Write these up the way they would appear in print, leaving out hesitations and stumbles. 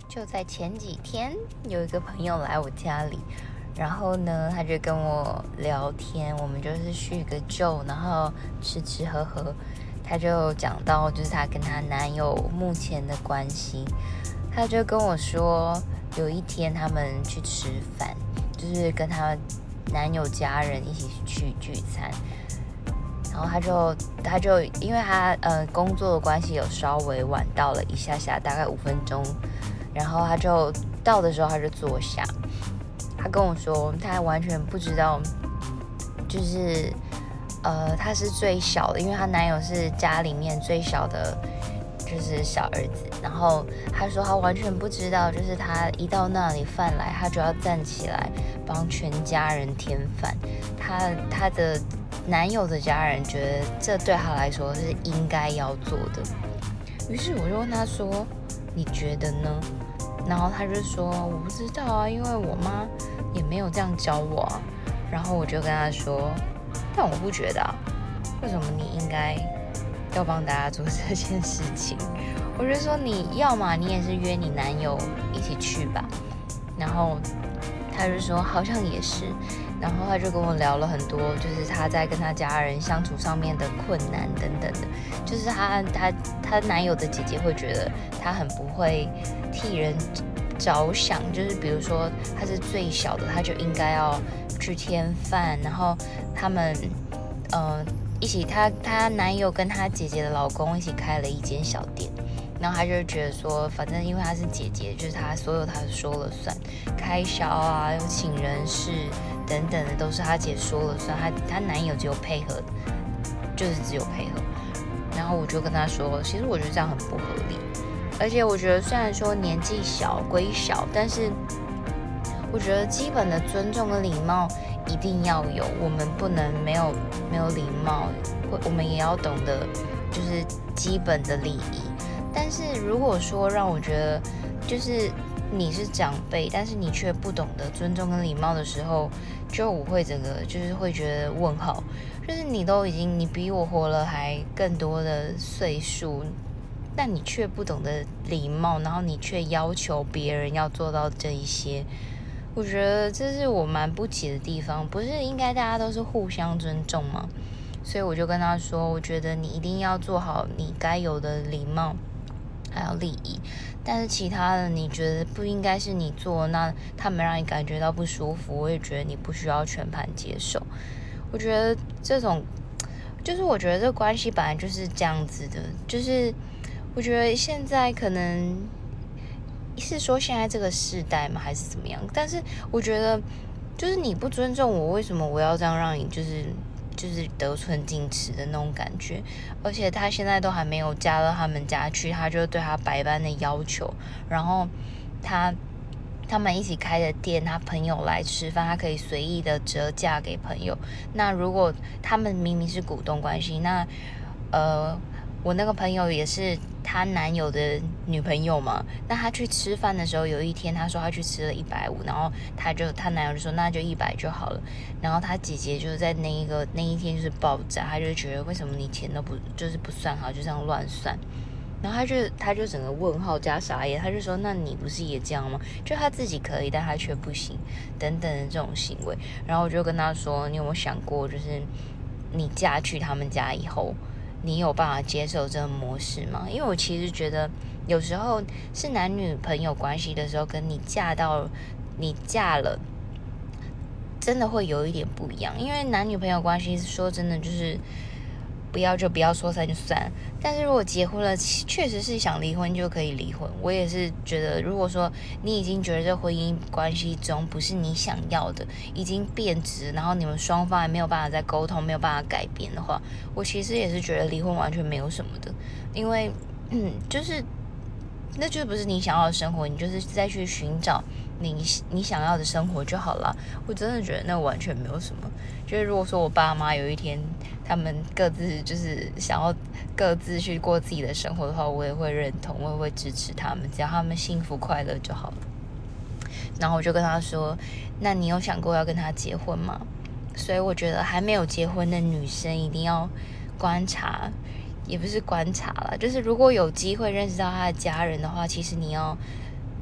就在前几天，有一个朋友来我家里，然后呢，他就跟我聊天，我们就是叙个旧，然后吃吃喝喝。他就讲到就是他跟他男友目前的关系，他就跟我说，有一天他们去吃饭，就是跟他男友家人一起去聚餐。然后他就因为他工作的关系有稍微晚到了一下下，大概5分钟。然后他就到的时候他就坐下，他跟我说他完全不知道，就是他是最小的，因为他男友是家里面最小的，就是小儿子。然后他说他完全不知道，就是他一到那里饭来，他就要站起来帮全家人添饭。他的男友的家人觉得这对他来说是应该要做的。于是我就问他说：“你觉得呢？”然后他就说：“我不知道啊，因为我妈也没有这样教我啊。”然后我就跟他说：“但我不觉得啊，为什么你应该要帮大家做这件事情？”我就说：“你要嘛，你也是约你男友一起去吧。”然后他就说：“好像也是。”然后他就跟我聊了很多，就是他在跟他家人相处上面的困难等等的。就是他男友的姐姐会觉得他很不会替人着想，就是比如说他是最小的，他就应该要去添饭，然后他们一起，他男友跟他姐姐的老公一起开了一间小店。然后他就觉得说，反正因为他是姐姐，就是他所有他说了算，开销啊、请人事等等的都是他姐说了算，他男友只有配合，就是只有配合。然后我就跟他说，其实我觉得这样很不合理，而且我觉得虽然说年纪小归小，但是我觉得基本的尊重跟礼貌一定要有，我们不能没有礼貌，我们也要懂得就是基本的礼仪。但是如果说让我觉得就是你是长辈，但是你却不懂得尊重跟礼貌的时候，就我会整个就是会觉得问号，就是你都已经你比我活了还更多的岁数，但你却不懂得礼貌，然后你却要求别人要做到这一些，我觉得这是我蛮不解的地方。不是应该大家都是互相尊重吗？所以我就跟他说，我觉得你一定要做好你该有的礼貌还有礼仪，但是其他的你觉得不应该是你做，那他们让你感觉到不舒服，我也觉得你不需要全盘接受。我觉得这种就是我觉得这个关系本来就是这样子的，就是我觉得现在可能是说现在这个世代嘛，还是怎么样？但是我觉得就是你不尊重我，为什么我要这样让你就是得寸进尺的那种感觉？而且他现在都还没有嫁到他们家去，他就对他百般的要求，然后他们一起开的店，他朋友来吃饭，他可以随意的折价给朋友。那如果他们明明是股东关系，那我那个朋友也是她男友的女朋友嘛，那他去吃饭的时候，有一天他说他去吃了150，然后他男友就说那就100就好了。然后他姐姐就是在那一天就是爆炸，他就觉得为什么你钱都不算好，就这样乱算。然后他就整个问号加傻眼，他就说那你不是也这样吗？就他自己可以，但他却不行，等等的这种行为。然后我就跟他说，你有没有想过，就是你嫁去他们家以后，你有办法接受这个模式吗？因为我其实觉得有时候是男女朋友关系的时候，跟你嫁了，真的会有一点不一样。因为男女朋友关系说真的就是不要就不要，说散就散。但是如果结婚了，确实是想离婚就可以离婚。我也是觉得，如果说你已经觉得这婚姻关系中不是你想要的，已经变质，然后你们双方还没有办法再沟通，没有办法改变的话，我其实也是觉得离婚完全没有什么的。因为就是那就不是你想要的生活，你就是再去寻找你想要的生活就好了。我真的觉得那完全没有什么。就是如果说我爸妈有一天他们各自就是想要各自去过自己的生活的话，我也会认同，我也会支持他们，只要他们幸福快乐就好了。然后我就跟他说，那你有想过要跟他结婚吗？所以我觉得还没有结婚的女生一定要观察，也不是观察啦，就是如果有机会认识到他的家人的话，其实你要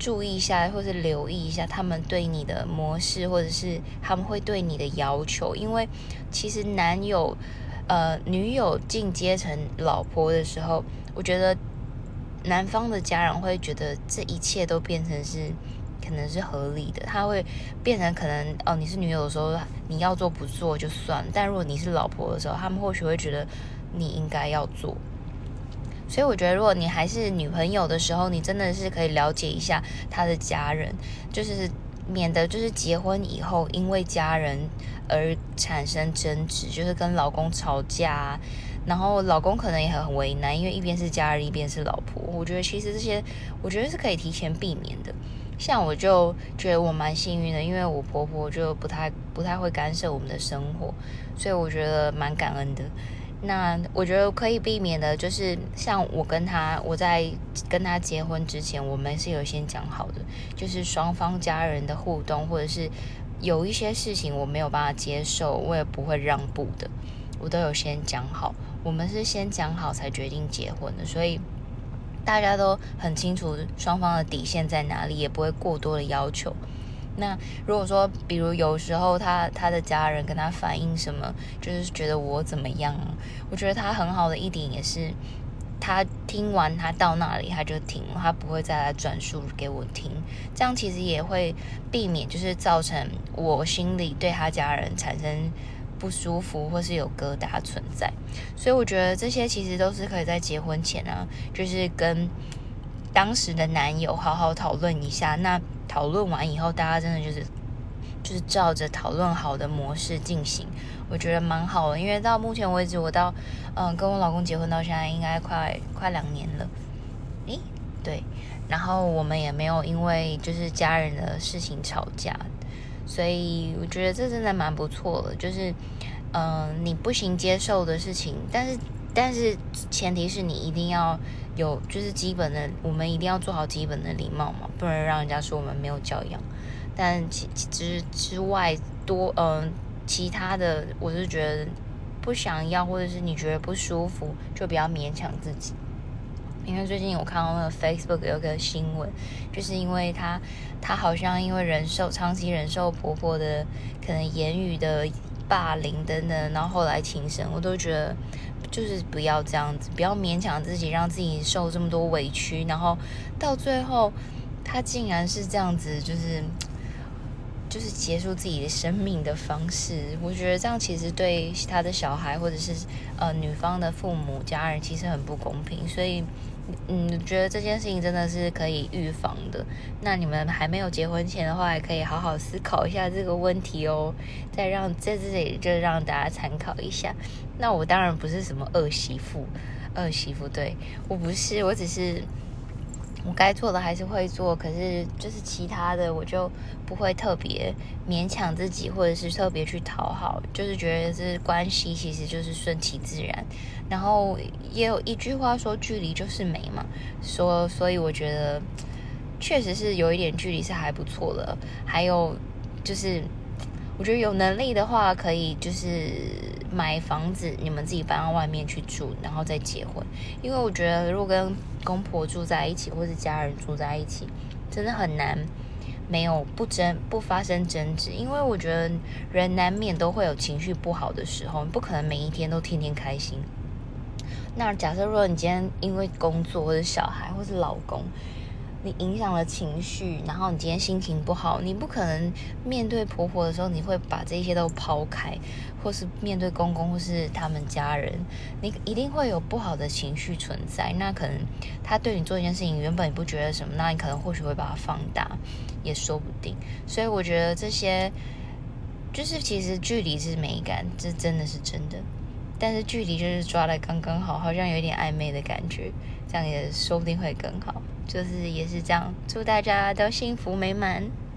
注意一下，或是留意一下他们对你的模式，或者是他们会对你的要求。因为其实女友进阶成老婆的时候，我觉得男方的家人会觉得这一切都变成是可能是合理的，他会变成可能你是女友的时候你要做不做就算，但如果你是老婆的时候，他们或许会觉得你应该要做。所以我觉得如果你还是女朋友的时候，你真的是可以了解一下他的家人，就是免得就是结婚以后因为家人而产生争执，就是跟老公吵架啊，然后老公可能也很为难，因为一边是家人一边是老婆。我觉得其实这些我觉得是可以提前避免的。像我就觉得我蛮幸运的，因为我婆婆就不太会干涉我们的生活，所以我觉得蛮感恩的。那我觉得可以避免的就是像我在跟他结婚之前，我们是有先讲好的，就是双方家人的互动，或者是有一些事情我没有办法接受，我也不会让步的，我都有先讲好。我们是先讲好才决定结婚的，所以大家都很清楚双方的底线在哪里，也不会过多的要求。那如果说比如有时候他的家人跟他反映什么，就是觉得我怎么样，我觉得他很好的一点也是他听完他到那里他就停了，他不会再来转述给我听，这样其实也会避免就是造成我心里对他家人产生不舒服或是有疙瘩存在。所以我觉得这些其实都是可以在结婚前啊，就是跟当时的男友好好讨论一下。那讨论完以后，大家真的就是照着讨论好的模式进行，我觉得蛮好的。因为到目前为止，我到跟我老公结婚到现在应该快2年了，对，然后我们也没有因为就是家人的事情吵架，所以我觉得这真的蛮不错的。就是你不行接受的事情，但是前提是你一定要有就是基本的，我们一定要做好基本的礼貌嘛，不能让人家说我们没有教养。但之外其他的我是觉得不想要，或者是你觉得不舒服，就不要勉强自己。因为最近我看到那个 Facebook 有个新闻，就是因为他好像因为长期忍受婆婆的可能言语的霸凌等等，然后后来轻生。我都觉得就是不要这样子，不要勉强自己，让自己受这么多委屈，然后到最后他竟然是这样子，就是结束自己的生命的方式。我觉得这样其实对他的小孩或者是女方的父母家人其实很不公平。所以觉得这件事情真的是可以预防的。那你们还没有结婚前的话，也可以好好思考一下这个问题哦。在这里就让大家参考一下。那我当然不是什么二媳妇，对，我不是，我只是我该做的还是会做，可是就是其他的我就不会特别勉强自己，或者是特别去讨好，就是觉得这关系其实就是顺其自然。然后也有一句话说距离就是美嘛，所以我觉得确实是有一点距离是还不错的。还有就是我觉得有能力的话可以就是买房子，你们自己搬到外面去住，然后再结婚。因为我觉得如果跟公婆住在一起，或是家人住在一起，真的很难没有不发生争执。因为我觉得人难免都会有情绪不好的时候，你不可能每一天都天天开心。那假设如果你今天因为工作或者小孩或是老公，你影响了情绪，然后你今天心情不好，你不可能面对婆婆的时候你会把这些都抛开，或是面对公公或是他们家人，你一定会有不好的情绪存在。那可能他对你做一件事情原本你不觉得什么，那你可能或许会把它放大，也说不定。所以我觉得这些就是其实距离是美感，这真的是真的。但是距离就是抓得刚刚好，好像有点暧昧的感觉，这样也说不定会更好。就是也是这样，祝大家都幸福美满。